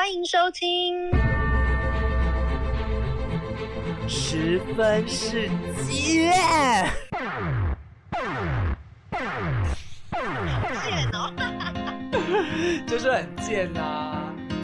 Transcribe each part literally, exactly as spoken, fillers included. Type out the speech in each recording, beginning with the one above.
欢迎收听十分世界。 好贱哦， 就是很贱啊。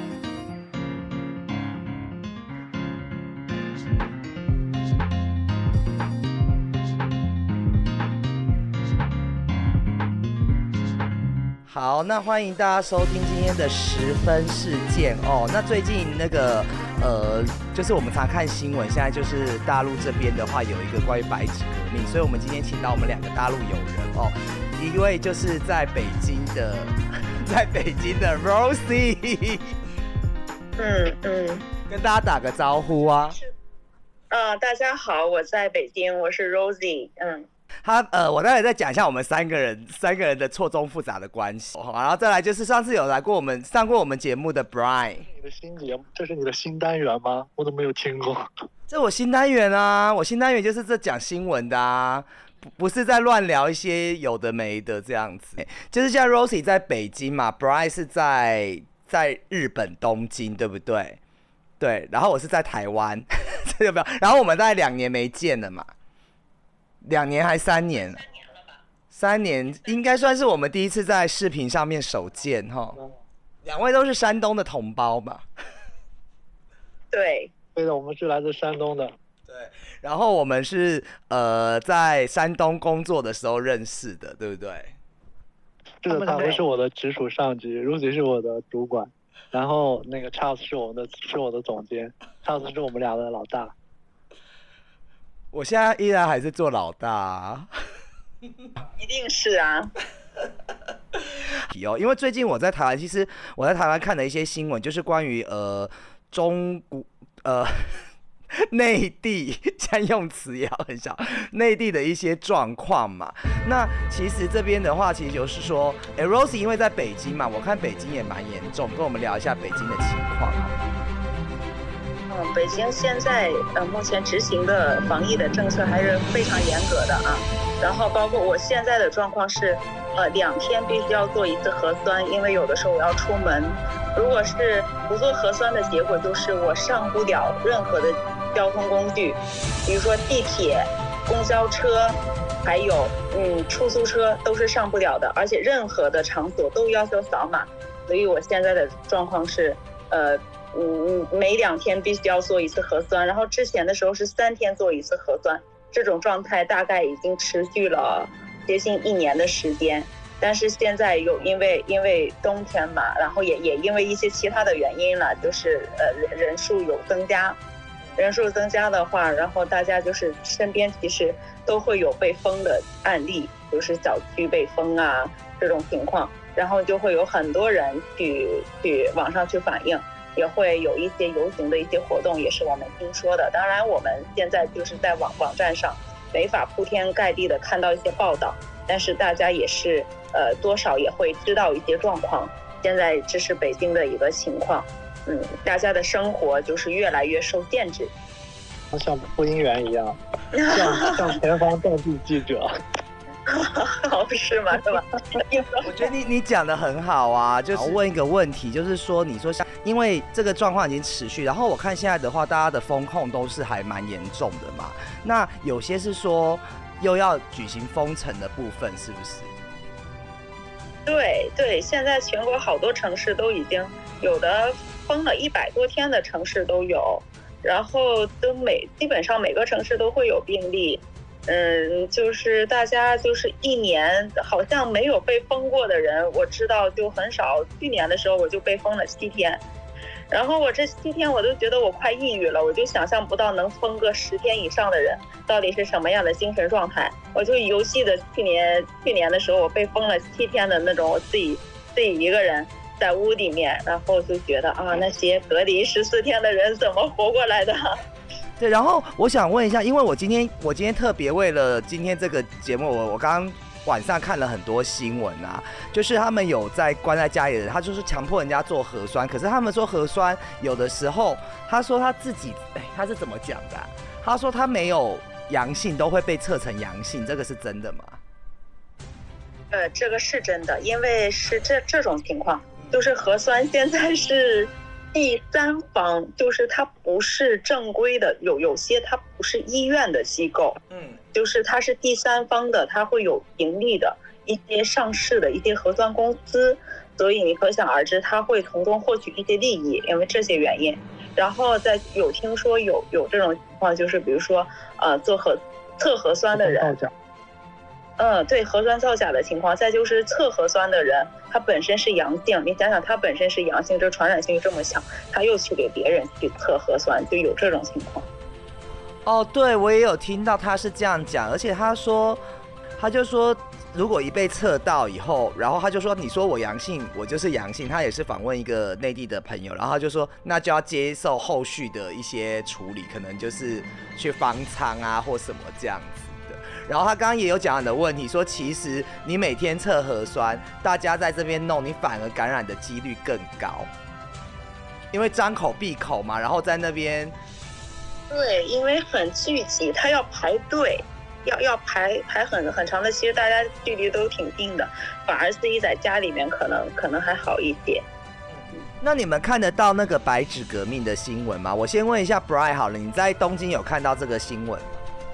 好，那欢迎大家收听今天的十分事件哦。那最近那个呃，就是我们常看新闻，现在就是大陆这边的话有一个关于白纸革命，所以我们今天请到我们两个大陆友人哦，一位就是在北京的，在北京的 Rosie， 嗯嗯， 跟大家打个招呼啊。 呃，大家好，我在北京，我是 Rosie， 嗯。 他呃，我待会再讲一下我们三个人三个人的错综复杂的关系，然后再来就是上次有来过我们上过我们节目的 Brian。 你的新节目，这是你的新单元吗？我都没有听过。 这我新单元啊，我新单元就是这讲新闻的啊，不不是在乱聊一些有的没的这样子。就是像 Rosie 在北京嘛 ，Brian 是在在日本东京，对不对？对，然后我是在台湾，这有没有？然后我们大概两年没见了嘛。两年还三年？三年了吧？三年应该算是我们第一次在视频上面首见哈。两位都是山东的同胞吧？ 对， 对的，我们是来自山东的。 对，然后我们是呃在山东工作的时候认识的，对不对？ 这个他们是我的直属上级 ，Rosie 是我的主管，然后那个 Charles 是我们的是我的总监 ，Charles 是我们俩的老大。 我现在依然还是做老大、啊， 一定是啊。 因为最近我在台湾，其实我在台湾看了一些新闻，就是关于呃中国呃内地，现在用词也很少，内地的一些状况嘛。那其实这边的话，其实就是说，哎 ，Rosie 因为在北京嘛，我看北京也蛮严重，跟我们聊一下北京的情况。 嗯，北京现在呃目前执行的防疫的政策还是非常严格的啊。然后包括我现在的状况是，呃两天必须要做一次核酸，因为有的时候我要出门。如果是不做核酸的结果，就是我上不了任何的交通工具，比如说地铁、公交车，还有嗯出租车都是上不了的，而且任何的场所都要求扫码。所以我现在的状况是，呃。嗯，每两天必须要做一次核酸，然后之前的时候是三天做一次核酸，这种状态大概已经持续了接近一年的时间。但是现在有因为因为冬天嘛，然后也也因为一些其他的原因了，就是呃人人数有增加，人数增加的话，然后大家就是身边其实都会有被封的案例，就是小区被封啊这种情况，然后就会有很多人去去网上去反映。也会有一些游行的一些活动，也是我们听说的。当然，我们现在就是在网网站上没法铺天盖地的看到一些报道，但是大家也是呃多少也会知道一些状况。现在这是北京的一个情况，嗯，大家的生活就是越来越受限制， 像播音员一样，像像前方战地记者。 好是吗？是吧？ 我觉得你你讲的很好啊，就是问一个问题，就是说你说像因为这个状况已经持续，然后我看现在的话，大家的风控都是还蛮严重的嘛。那有些是说又要举行封城的部分，是不是？ 对对，现在全国好多城市都已经有的封了一百多天的城市都有，然后都每基本上每个城市都会有病例。嗯，就是大家就是一年好像没有被封过的人，我知道就很少。去年的时候我就被封了七天，然后我这七天我都觉得我快抑郁了，我就想象不到能封个十天以上的人到底是什么样的精神状态。我就游戏的去年去年的时候我被封了七天的那种，我自己自己一个人在屋里面，然后就觉得啊，那些隔离十四天的人怎么活过来的？ 对，然后我想问一下，因为我今天我今天特别为了今天这个节目，我我刚刚晚上看了很多新闻啊，就是他们有在关在家里的人，他就是强迫人家做核酸，可是他们说核酸有的时候，他说他自己，哎，他是怎么讲的、啊？他说他没有阳性都会被测成阳性，这个是真的吗？ 呃，这个是真的，因为是这这种情况，就是核酸现在是第三方，就是它不是正规的，有有些它不是医院的机构，嗯，就是它是第三方的，它会有盈利的一些上市的一些核酸公司，所以你可想而知，它会从中获取一些利益，因为这些原因。然后再有听说有有这种情况，就是比如说呃做核测核酸的人。嗯，对，核酸造假的情况，再就是测核酸的人，他本身是阳性，你想想他本身是阳性，这传染性这么强，他又去给别人去测核酸，就有这种情况。 哦，对，我也有听到他是这样讲，而且他说，他就说，如果一被测到以后，然后他就说，你说我阳性，我就是阳性。他也是访问一个内地的朋友，然后他就说，那就要接受后续的一些处理，可能就是去方舱啊或什么这样子。然后他刚刚也有讲你的问题，说其实你每天测核酸，大家在这边弄，你反而感染的几率更高，因为张口闭口嘛，然后在那边， 对，因为很聚集，他要排队，要要排排很很长的，其实大家距离都挺近的，反而自己在家里面可能可能还好一些。 那你们看得到那个白纸革命的新闻吗？我先问一下 Brian 好了，你在东京有看到这个新闻吗？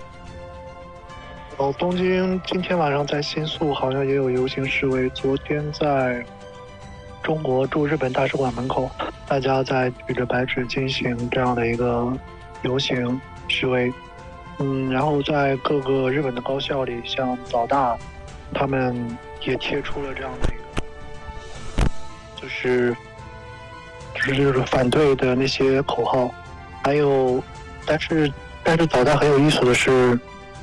哦，东京今天晚上在新宿好像也有游行示威。昨天在中国驻日本大使馆门口，大家在举着白纸进行这样的一个游行示威。嗯，然后在各个日本的高校里，像早大，他们也贴出了这样的一个，就是就是就是反对的那些口号。还有，但是但是早大很有意思的是，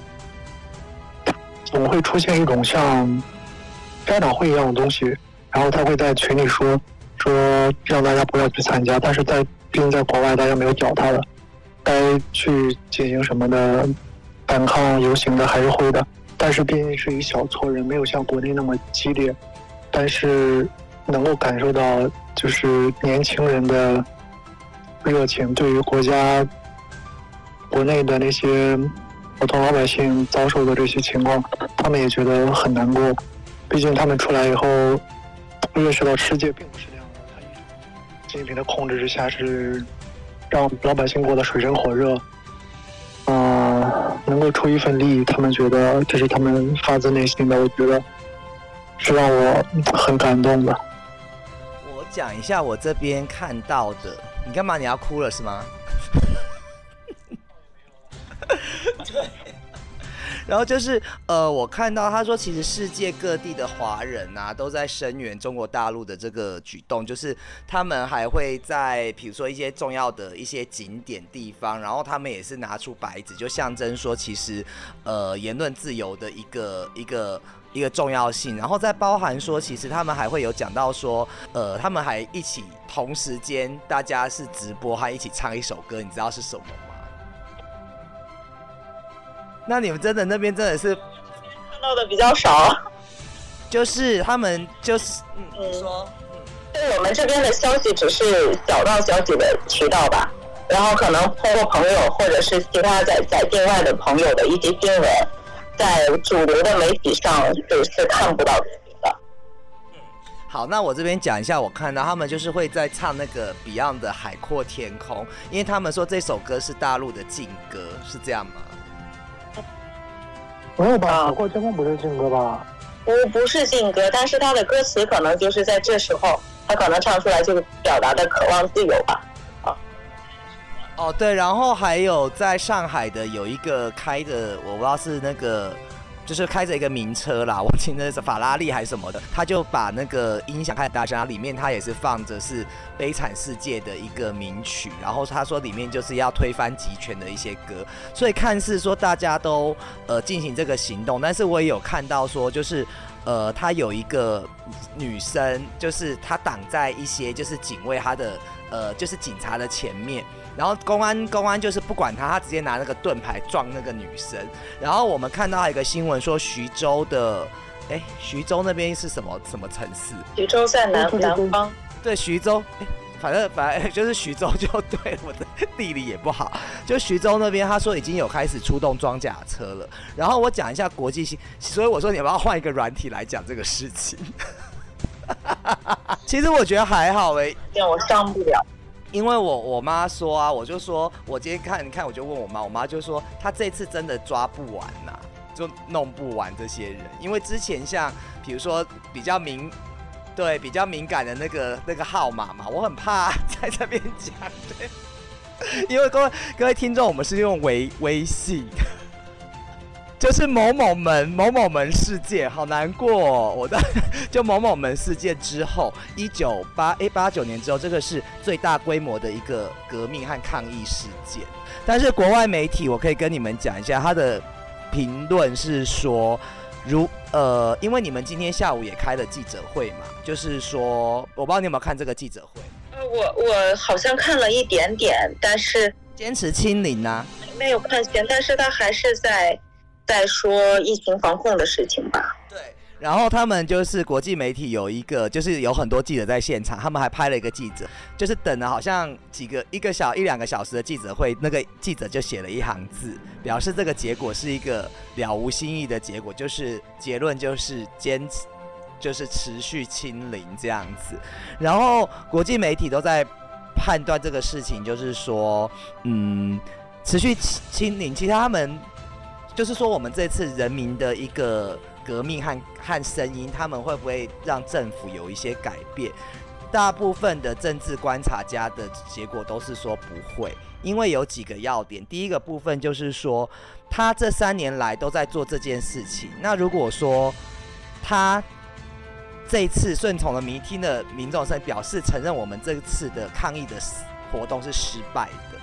总会出现一种像家长会一样的东西，然后他会在群里说说让大家不要去参加，但是在毕竟在国外大家没有屌他的，该去进行什么的反抗游行的还是会的，但是毕竟是一小撮人，没有像国内那么激烈，但是能够感受到就是年轻人的热情，对于国家国内的那些普通老百姓遭受的这些情况，他们也觉得很难过。毕竟他们出来以后，认识到世界并不是这样的，他一直习近平的控制之下是让老百姓过得水深火热。嗯、呃，能够出一份力，他们觉得这是他们发自内心的，我觉得是让我很感动的。 我讲一下我这边看到的，你干嘛？你要哭了是吗？对，然后就是呃，我看到他说，其实世界各地的华人啊，都在声援中国大陆的这个举动，就是他们还会在比如说一些重要的一些景点地方，然后他们也是拿出白纸，就象征说，其实呃言论自由的一个一个一个重要性，然后再包含说，其实他们还会有讲到说，呃，他们还一起同时间大家是直播，还一起唱一首歌，你知道是什么吗？那你们真的那边真的是看到的比较少， 就是他们就是嗯，你说， 对我们这边的消息只是小道消息的渠道吧，然后可能通过朋友或者是其他在在境外的朋友的一些新闻，在主流的媒体上是是看不到的。 好，那我这边讲一下，我看到他们就是会在唱那个 Beyond 的《海阔天空》，因为他们说这首歌是大陆的禁歌，是这样吗？ 没有吧，海阔天空不是禁歌吧？ 不不是禁歌，但是他的歌词可能就是在这时候，他可能唱出来就是表达的渴望自由吧。啊， 哦对，然后还有在上海的有一个开的，我不知道是那个。就是开着一个名车啦，我记得是法拉利还是什么的，他就把那个音响开大声，里面他也是放着是《悲惨世界》的一个名曲，然后他说里面就是要推翻集权的一些歌，所以看似说大家都呃进行这个行动，但是我也有看到说就是呃他有一个女生，就是他挡在一些就是警卫他的呃就是警察的前面。然后公安公安就是不管他，他直接拿那个盾牌撞那个女生。然后我们看到一个新闻说，徐州的，哎，徐州那边是什么什么城市？ 徐州在南南方。 对，徐州，哎，反正反正就是徐州就对，我的地理也不好。就徐州那边，他说已经有开始出动装甲车了。然后我讲一下国际性，所以我说你要不要换一个软体来讲这个事情？其实我觉得还好哎、欸， 我上不了。 因为我我妈说啊，我就说我今天看你看，我就问我妈，我妈就说她这次真的抓不完呐、啊，就弄不完这些人，因为之前像比如说比较敏对比较敏感的那个那个号码嘛，我很怕在这边讲，对，因为各位各位听众，我们是用微微信。就是某某门某某门事件，好难过、哦。我的就某某门事件之后，一九八诶八九年之后，这个是最大规模的一个革命和抗议事件。但是国外媒体，我可以跟你们讲一下，他的评论是说，如呃，因为你们今天下午也开了记者会嘛，就是说，我不知道你有没有看这个记者会。 呃，我我好像看了一点点，但是坚持清零啊， 没有看见，但是他还是在。在说疫情防控的事情吧。 对，然后他们就是国际媒体有一个，就是有很多记者在现场，他们还拍了一个记者，就是等了好像几个一个小一两个小时的记者会，那个记者就写了一行字，表示这个结果是一个了无新意的结果，就是结论就是坚持，就是持续清零这样子。然后国际媒体都在判断这个事情，就是说，嗯，持续清零，其实他们。就是说，我们这次人民的一个革命和和声音，他们会不会让政府有一些改变？大部分的政治观察家的结果都是说不会，因为有几个要点。第一个部分就是说，他这三年来都在做这件事情。那如果说他这一次顺从了民听的民众声，表示承认我们这次的抗议的活动是失败的。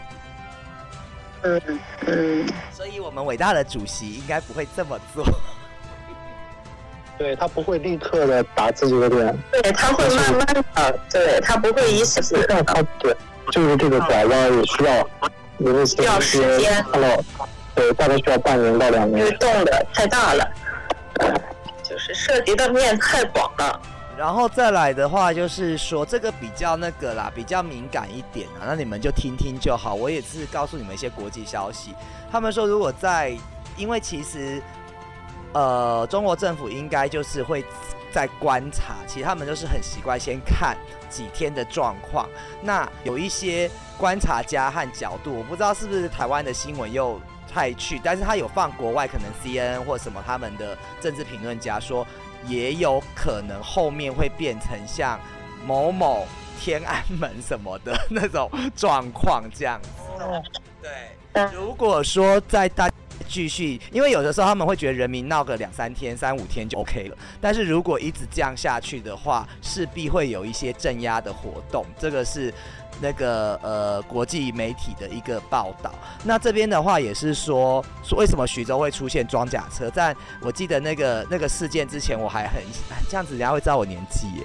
嗯嗯， 所以我们伟大的主席应该不会这么做。 对，他不会立刻的打自己的脸， 对，他会慢慢的，对，他不会一下子。 他对，就是这个拐弯也需要有那些要时间， 对，大概需要半年到两年。 因为动的太大了，就是涉及的面太广了。 然后再来的话，就是说这个比较那个啦，比较敏感一点啊，那你们就听听就好。我也是告诉你们一些国际消息，他们说如果在，因为其实，呃，中国政府应该就是会在观察，其实他们就是很习惯先看几天的状况。那有一些观察家和角度，我不知道是不是台湾的新闻又太去，但是他有放国外可能 C N N 或什么他们的政治评论家说。也有可能后面会变成像某某天安门什么的那种状况这样子。对，如果说在大家继续，因为有的时候他们会觉得人民闹个两三天、三五天就 OK 了，但是如果一直这样下去的话，势必会有一些镇压的活动。这个是那个呃国际媒体的一个报道。那这边的话也是说，说为什么徐州会出现装甲车？但我记得那个那个事件之前，我还很这样子，人家会知道我年纪耶。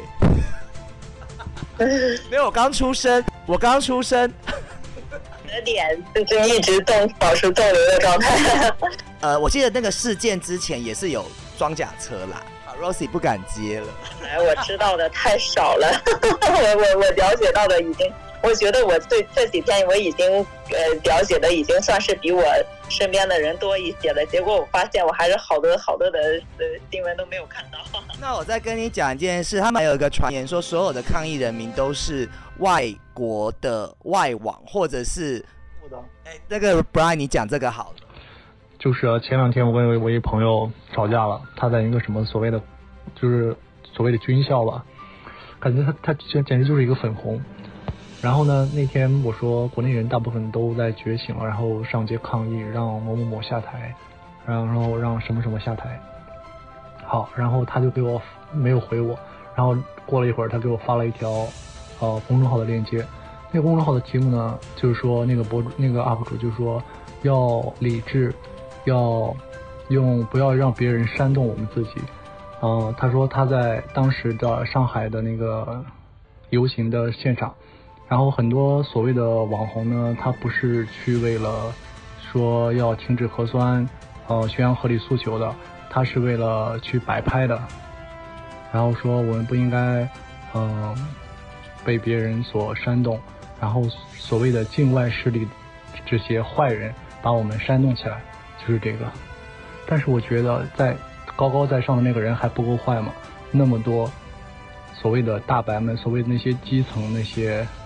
没有，我刚出生，我刚出生。 你的脸就是一直动，保持逗留的状态。 呃，我记得那个事件之前也是有装甲车啦。好 ，Rosie 不敢接了。 哎，我知道的太少了，我我我了解到的已经。我觉得我对这几天我已经呃了解的已经算是比我身边的人多一些了，结果我发现我还是好多好多的呃新闻都没有看到。 那我再跟你讲一件事，他们还有一个传言说，所有的抗议人民都是外国的外网，或者是，哎，那个 Brian 你讲这个好了。 就是前两天我跟我一朋友吵架了，他在一个什么所谓的，就是所谓的军校吧，感觉他他简直就是一个粉红。然后呢，那天我说国内人大部分都在觉醒了，然后上街抗议，让某某某下台，然后让什么什么下台。好，然后他就给我没有回我，然后过了一会儿，他给我发了一条呃公众号的链接。那个公众号的题目呢，就是说那个博主那个 U P 主就是说要理智，要用不要让别人煽动我们自己。呃，他说他在当时的上海的那个游行的现场。然后很多所谓的网红呢，他不是去为了说要停止核酸，呃，宣扬合理诉求的，他是为了去摆拍的。然后说我们不应该，嗯、呃，被别人所煽动，然后所谓的境外势力这些坏人把我们煽动起来，就是这个。但是我觉得在高高在上的那个人还不够坏吗？那么多所谓的大白们，所谓的那些基层那些。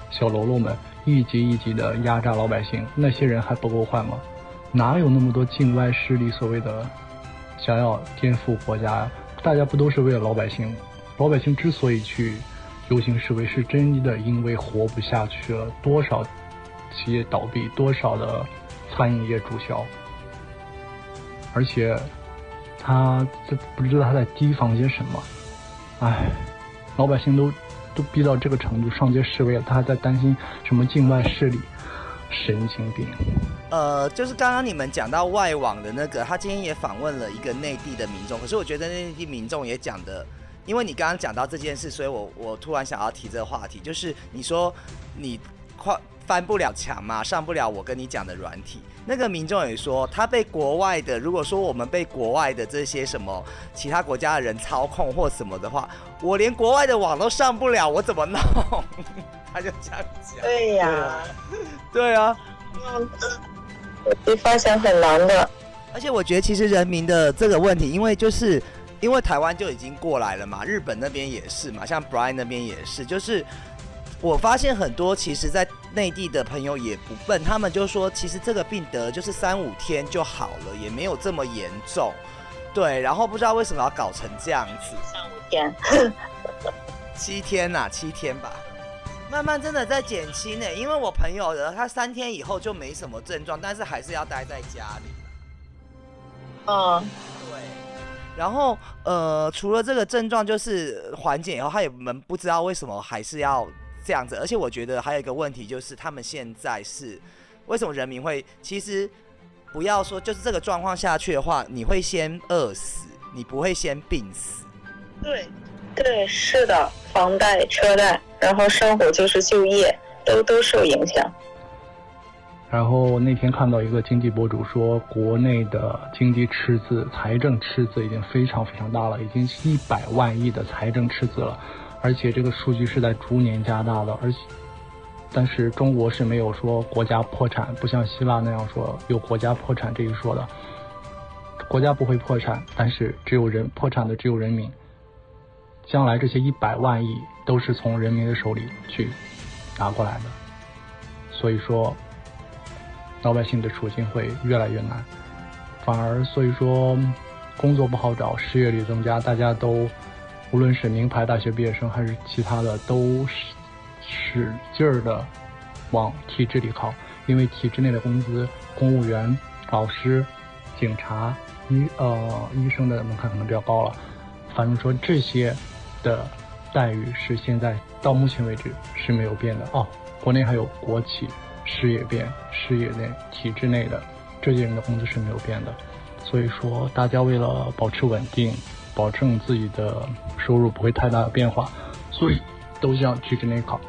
小喽啰们一级一级的压榨老百姓，那些人还不够坏吗？哪有那么多境外势力所谓的想要颠覆国家呀？大家不都是为了老百姓？老百姓之所以去游行示威，是真的因为活不下去了。多少企业倒闭，多少的餐饮业注销，而且他这不知道他在提防些什么。唉，老百姓都都逼到这个程度，上街示威了，他还在担心什么境外势力？神经病。 呃，就是刚刚你们讲到外网的那个，他今天也访问了一个内地的民众，可是我觉得内地民众也讲的，因为你刚刚讲到这件事，所以我我突然想要提这个话题，就是你说你跨翻不了墙嘛，上不了我跟你讲的软体。那个民众也说，他被国外的，如果说我们被国外的这些什么其他国家的人操控或什么的话，我连国外的网都上不了，我怎么弄？他就这样讲。 对呀， 对啊， 嗯，你发想很难的。 而且我觉得其实人民的这个问题，因为就是因为台湾就已经过来了嘛，日本那边也是嘛，像 Brian 那边也是，就是我发现很多其实在内地的朋友也不笨，他们就说其实这个病得就是三五天就好了，也没有这么严重。对，然后不知道为什么要搞成这样子。 三五天， 七天呐、啊，七天吧。慢慢真的在减轻呢，因为我朋友的他三天以后就没什么症状，但是还是要待在家里。 嗯， 对。然后呃，除了这个症状就是缓解以后，他也们不知道为什么还是要这样子。而且我觉得还有一个问题就是，他们现在是为什么人民会其实不要说就是这个状况下去的话，你会先饿死，你不会先病死。 对。对，是的，房贷、车贷，然后生活就是就业，都都受影响。 然后那天看到一个经济博主说，国内的经济赤字、财政赤字已经非常非常大了，已经一百万亿的财政赤字了，而且这个数据是在逐年加大的。而且，但是中国是没有说国家破产，不像希腊那样说有国家破产这一说的。国家不会破产，但是只有人破产的只有人民。将来这些一百万亿都是从人民的手里去拿过来的，所以说老百姓的处境会越来越难，反而所以说工作不好找，失业率增加，大家都无论是名牌大学毕业生还是其他的，都使劲儿的往体制里靠，因为体制内的工资，公务员、老师、警察、医呃医生的门槛可能比较高了，反正说这些的待遇是现在到目前为止是没有变的哦。国内还有国企、事业编、事业内、体制内的这些人的工资是没有变的，所以说大家为了保持稳定，保证自己的收入不会太大的变化，所以都向体制内靠。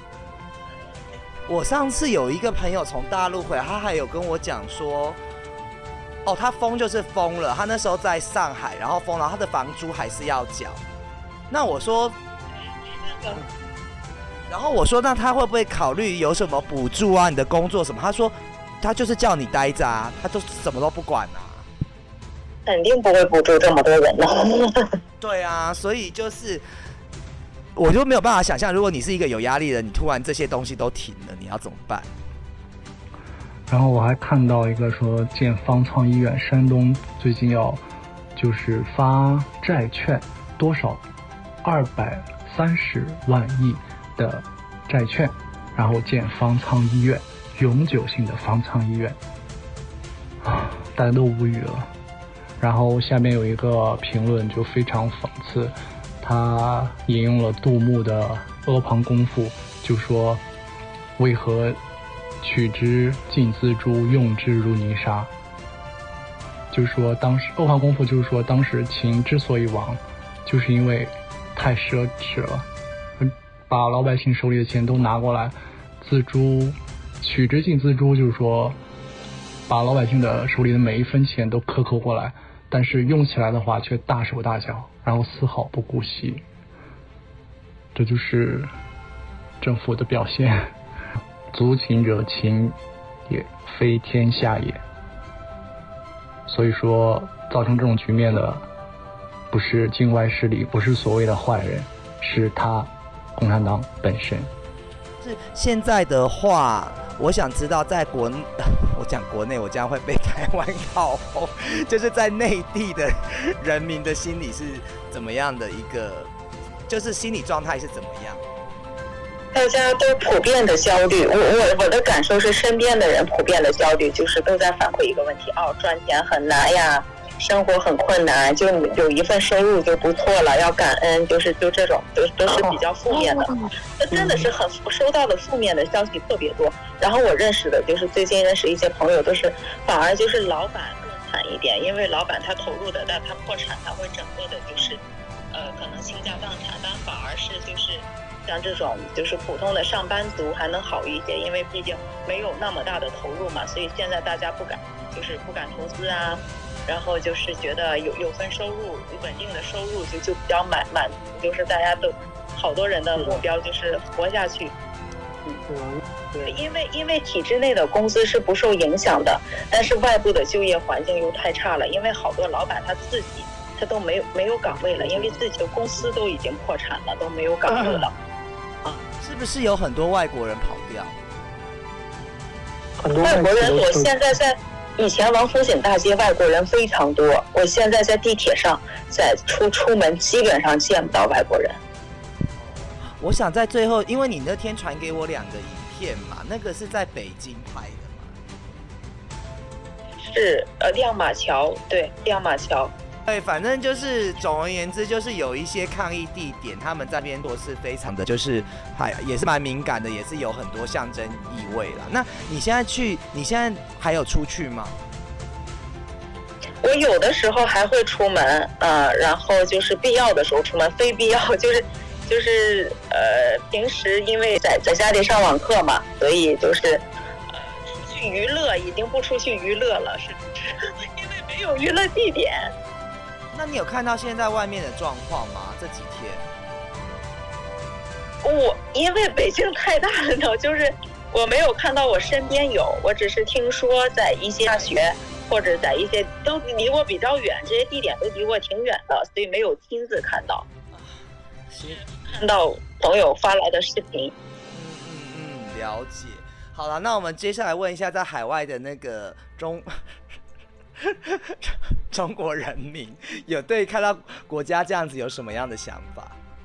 我上次有一个朋友从大陆回来，他还有跟我讲说，哦，他封就是封了，他那时候在上海，然后封了，他的房租还是要缴。那我说，然后我说，那他会不会考虑有什么补助啊？你的工作什么？他说，他就是叫你待着啊，他都什么都不管啊。 肯定不会补助这么多人的。 对啊，所以就是，我就没有办法想象，如果你是一个有压力的人，你突然这些东西都停了，你要怎么办？ 然后我还看到一个说，建方舱医院，山东最近要就是发债券，多少？二百三十万亿的债券，然后建方舱医院，永久性的方舱医院，啊，大家都无语了。然后下面有一个评论就非常讽刺，他引用了杜牧的《阿房宫赋》，就说为何取之尽锱铢，用之如泥沙。就是说当时《阿房宫赋》就是说当时秦之所以亡，就是因为太奢侈了，把老百姓手里的钱都拿过来，锱铢取之尽锱铢，就是说把老百姓的手里的每一分钱都克扣过来，但是用起来的话却大手大脚，然后丝毫不顾惜。这就是政府的表现。足秦者秦也，非天下也。所以说造成这种局面的不是境外势力，不是所谓的坏人，是他共产党本身。 是现在的话，我想知道在国，我讲国内，我将会被台湾炮轰，就是在内地的人民的心理是怎么样的一个，就是心理状态是怎么样？ 大家都普遍的焦虑，我我我的感受是，身边的人普遍的焦虑，就是都在反馈一个问题：哦，赚钱很难呀。生活很困难，就有一份收入就不错了，要感恩，就是就这种都都是比较负面的，这真的是很收到的负面的消息特别多。然后我认识的就是最近认识一些朋友，都是反而就是老板更惨一点，因为老板他投入的，但他破产，他会整个的就是呃可能倾家荡产，但反而是就是像这种就是普通的上班族还能好一些，因为毕竟没有那么大的投入嘛，所以现在大家不敢就是不敢投资啊。然后就是觉得有有份收入，稳定的收入就就比较满满足，就是大家都好多人的目标就是活下去。嗯，对，因为因为体制内的工资是不受影响的，但是外部的就业环境又太差了，因为好多老板他自己他都没有没有岗位了，因为自己的公司都已经破产了，都没有岗位了。 啊，是不是有很多外国人跑掉？ 很多外国人，我现在在。以前王府井大街外国人非常多，我现在在地铁上，在出出门基本上见不到外国人。 我想在最后，因为你那天传给我两个影片嘛，那个是在北京拍的嘛？ 是呃亮马桥，对，亮马桥。 对，反正就是总而言之，就是有一些抗议地点，他们在边做是非常的，就是还也是蛮敏感的，也是有很多象征意味啦。那你现在去，你现在还有出去吗？ 我有的时候还会出门，呃，然后就是必要的时候出门，非必要就是就是呃，平时因为在在家里上网课嘛，所以就是呃出去娱乐已经不出去娱乐了，是因为没有娱乐地点。 那你有看到现在外面的状况吗？这几天？ 我因为北京太大了呢，就是我没有看到我身边有，我只是听说在一些大学或者在一些都离我比较远，这些地点都离我挺远的，所以没有亲自看到。看到朋友发来的视频。 嗯嗯嗯，了解。好了，那我们接下来问一下，在海外的那个中。中国人民有对看到国家这样子有什么样的想法？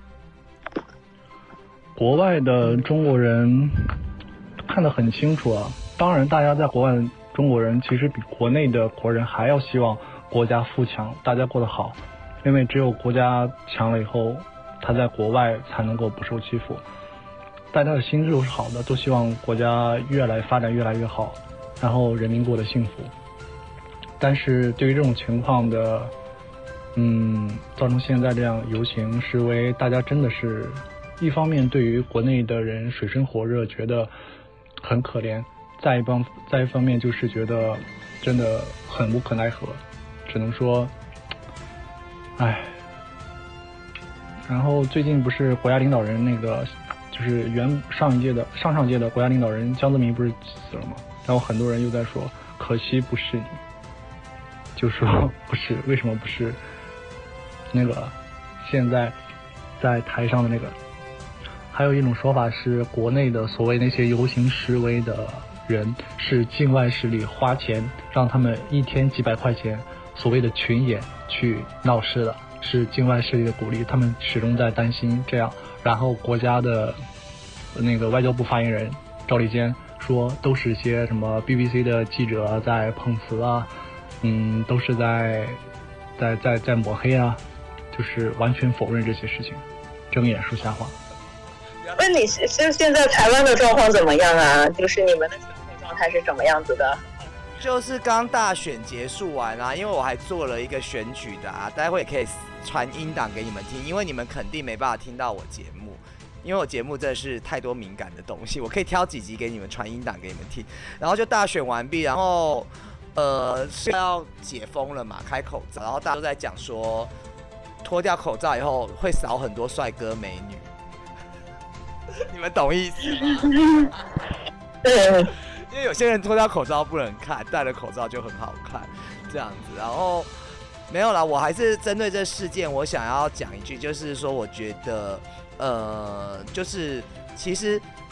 国外的中国人看得很清楚啊。当然，大家在国外的中国人其实比国内的国人还要希望国家富强，大家过得好，因为只有国家强了以后，他在国外才能够不受欺负。大家的心智都是好的，都希望国家越来发展越来越好，然后人民过得幸福。但是对于这种情况的，嗯，造成现在这样游行示威，大家真的是，一方面对于国内的人水深火热觉得很可怜，再一方再一方面就是觉得真的很无可奈何，只能说，唉。然后最近不是国家领导人那个，就是原上一届的上上届的国家领导人江泽民不是死了吗？然后很多人又在说，可惜不是你。就说不是，为什么不是那个现在在台上的那个？还有一种说法是，国内的所谓那些游行示威的人是境外势力花钱让他们一天几百块钱，所谓的群演去闹事的，是境外势力的鼓励，他们始终在担心这样。然后国家的那个外交部发言人赵立坚说，都是些什么 B B C 的记者在碰瓷啊。嗯，都是在在在在抹黑啊，就是完全否认这些事情，睁眼说瞎话。 问你是现在台湾的状况怎么样啊？就是你们的社会状态是什么样子的？ 就是刚大选结束完啊，因为我还做了一个选举的啊，待会也可以传音档给你们听，因为你们肯定没办法听到我节目，因为我节目真的是太多敏感的东西，我可以挑几集给你们传音档给你们听。然后就大选完毕，然后。呃，是要解封了嘛，开口罩，然后大家都在讲说，脱掉口罩以后会少很多帅哥美女，你们懂意思吗？因为有些人脱掉口罩不能看，戴了口罩就很好看，这样子。然后没有啦，我还是针对这事件，我想要讲一句，就是说，我觉得，呃，就是其实。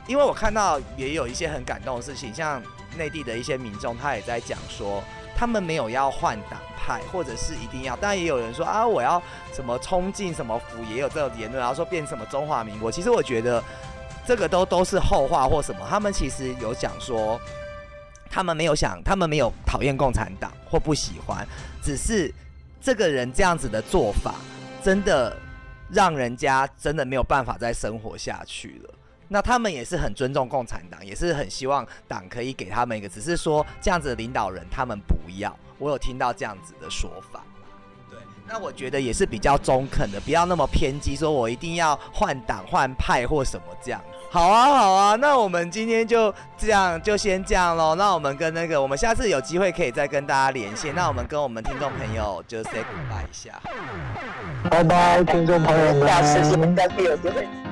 因为我看到也有一些很感动的事情，像内地的一些民众，他也在讲说，他们没有要换党派，或者是一定要，当然也有人说啊，我要什么冲进什么府，也有这种言论，然后说变什么中华民国。其实我觉得这个都都是后话或什么，他们其实有讲说，他们没有想，他们没有讨厌共产党或不喜欢，只是这个人这样子的做法，真的让人家真的没有办法再生活下去了。那他们也是很尊重共产党，也是很希望党可以给他们一个，只是说这样子的领导人他们不要。我有听到这样子的说法，对，那我觉得也是比较中肯的，不要那么偏激，说我一定要换党换派或什么这样。好啊，好啊，那我们今天就这样，就先这样咯。那我们跟那个，我们下次有机会可以再跟大家连线。那我们跟我们听众朋友就 say goodbye 一下。 拜拜，听众朋友们， 下次下次有机会。